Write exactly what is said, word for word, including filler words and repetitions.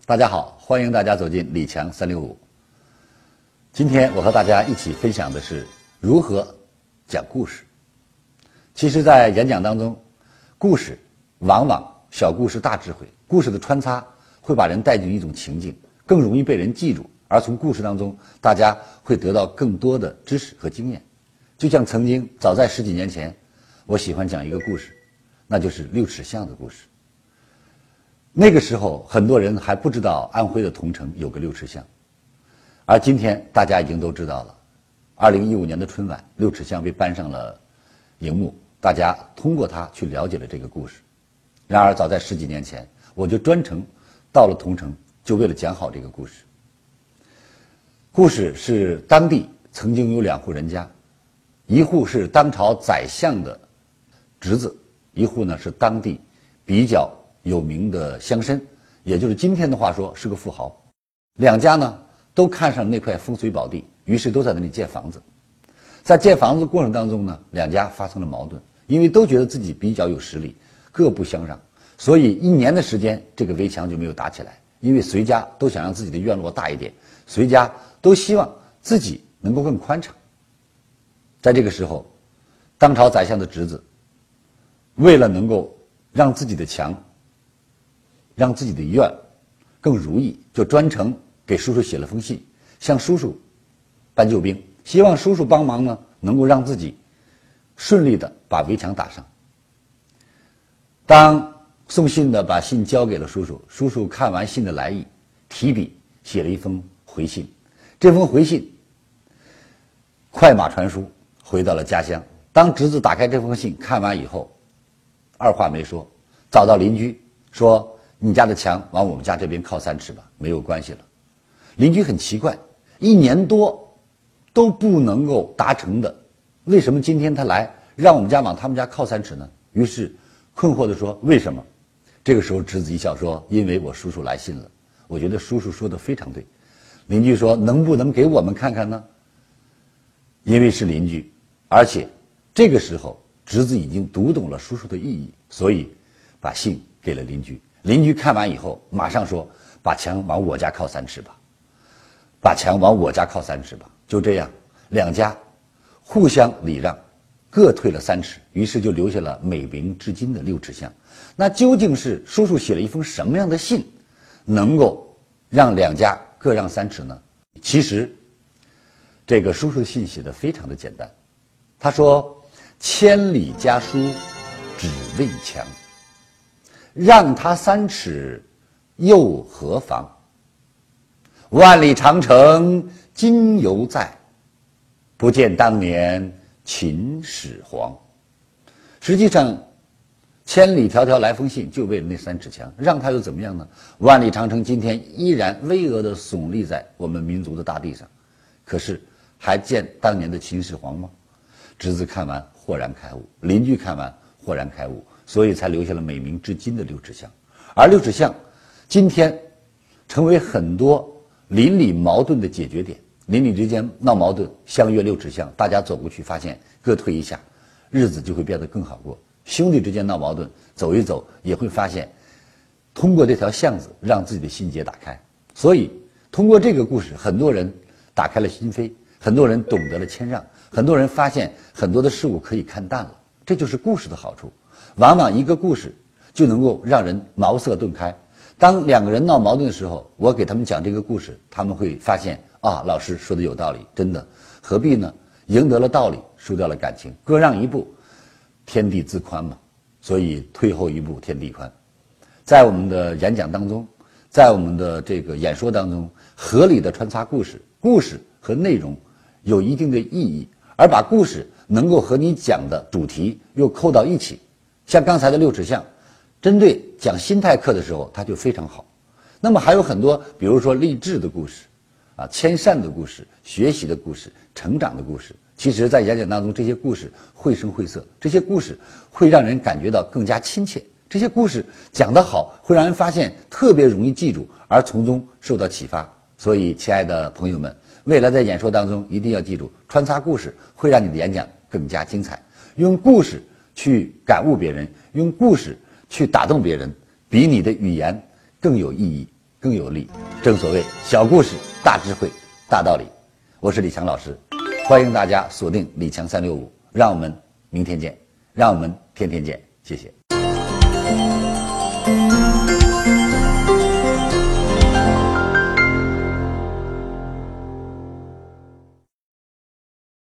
大家好，欢迎大家走进李强三六五。今天我和大家一起分享的是如何讲故事。其实在演讲当中，故事往往小故事大智慧，故事的穿插会把人带进一种情境，更容易被人记住，而从故事当中大家会得到更多的知识和经验。就像曾经早在十几年前，我喜欢讲一个故事，那就是六尺巷的故事。那个时候很多人还不知道安徽的桐城有个六尺巷，而今天大家已经都知道了。二零一五年的春晚，六尺巷被搬上了荧幕，大家通过它去了解了这个故事。然而早在十几年前，我就专程到了桐城，就为了讲好这个故事。故事是当地曾经有两户人家，一户是当朝宰相的侄子，一户呢是当地比较有名的乡绅，也就是今天的话说是个富豪。两家呢都看上那块风水宝地，于是都在那里建房子。在建房子的过程当中呢，两家发生了矛盾，因为都觉得自己比较有实力，各不相让，所以一年的时间这个围墙就没有打起来。因为随家都想让自己的院落大一点，随家都希望自己能够更宽敞。在这个时候，当朝宰相的侄子为了能够让自己的墙让自己的院更如意，就专程给叔叔写了封信，向叔叔搬救兵，希望叔叔帮忙呢，能够让自己顺利的把围墙打上。当送信的把信交给了叔叔，叔叔看完信的来意，提笔写了一封回信。这封回信快马传书回到了家乡。当侄子打开这封信看完以后，二话没说，找到邻居说，你家的墙往我们家这边靠三尺吧，没有关系了。邻居很奇怪，一年多都不能够达成的，为什么今天他来让我们家往他们家靠三尺呢？于是困惑地说，为什么？这个时候侄子一笑说，因为我叔叔来信了。我觉得叔叔说的非常对。邻居说，能不能给我们看看呢？因为是邻居，而且这个时候侄子已经读懂了叔叔的意义，所以把信给了邻居。邻居看完以后马上说，把墙往我家靠三尺吧，把墙往我家靠三尺吧。就这样两家互相礼让，各退了三尺，于是就留下了美名至今的六尺巷。那究竟是叔叔写了一封什么样的信，能够让两家各让三尺呢？其实这个叔叔的信写得非常的简单，他说，千里家书只为墙，让他三尺又何妨？万里长城今犹在，不见当年秦始皇。实际上千里迢迢来封信就为了那三尺墙，让他又怎么样呢？万里长城今天依然巍峨地耸立在我们民族的大地上，可是还见当年的秦始皇吗？侄子看完豁然开悟，邻居看完豁然开悟，所以才留下了美名至今的六尺巷。而六尺巷今天成为很多邻里矛盾的解决点，邻里之间闹矛盾，相约六尺巷，大家走过去发现各退一下，日子就会变得更好过。兄弟之间闹矛盾，走一走也会发现，通过这条巷子让自己的心结打开。所以通过这个故事，很多人打开了心扉，很多人懂得了谦让，很多人发现很多的事物可以看淡了。这就是故事的好处，往往一个故事就能够让人茅塞顿开。当两个人闹矛盾的时候，我给他们讲这个故事，他们会发现啊，老师说的有道理，真的何必呢？赢得了道理，输掉了感情，各让一步，天地自宽嘛。所以退后一步，天地宽。在我们的演讲当中，在我们的这个演说当中，合理的穿插故事，故事和内容有一定的意义，而把故事能够和你讲的主题又扣到一起。像刚才的六尺巷，针对讲心态课的时候它就非常好。那么还有很多，比如说励志的故事啊，谦善的故事，学习的故事，成长的故事。其实在演讲当中，这些故事绘声绘色，这些故事会让人感觉到更加亲切，这些故事讲得好，会让人发现特别容易记住，而从中受到启发。所以亲爱的朋友们，未来在演说当中一定要记住，穿插故事会让你的演讲更加精彩。用故事去感悟别人，用故事去打动别人，比你的语言更有意义， 更有力。正所谓小故事大智慧大道理。我是李强老师，欢迎大家锁定李强三六五，让我们明天见，让我们天天见，谢谢。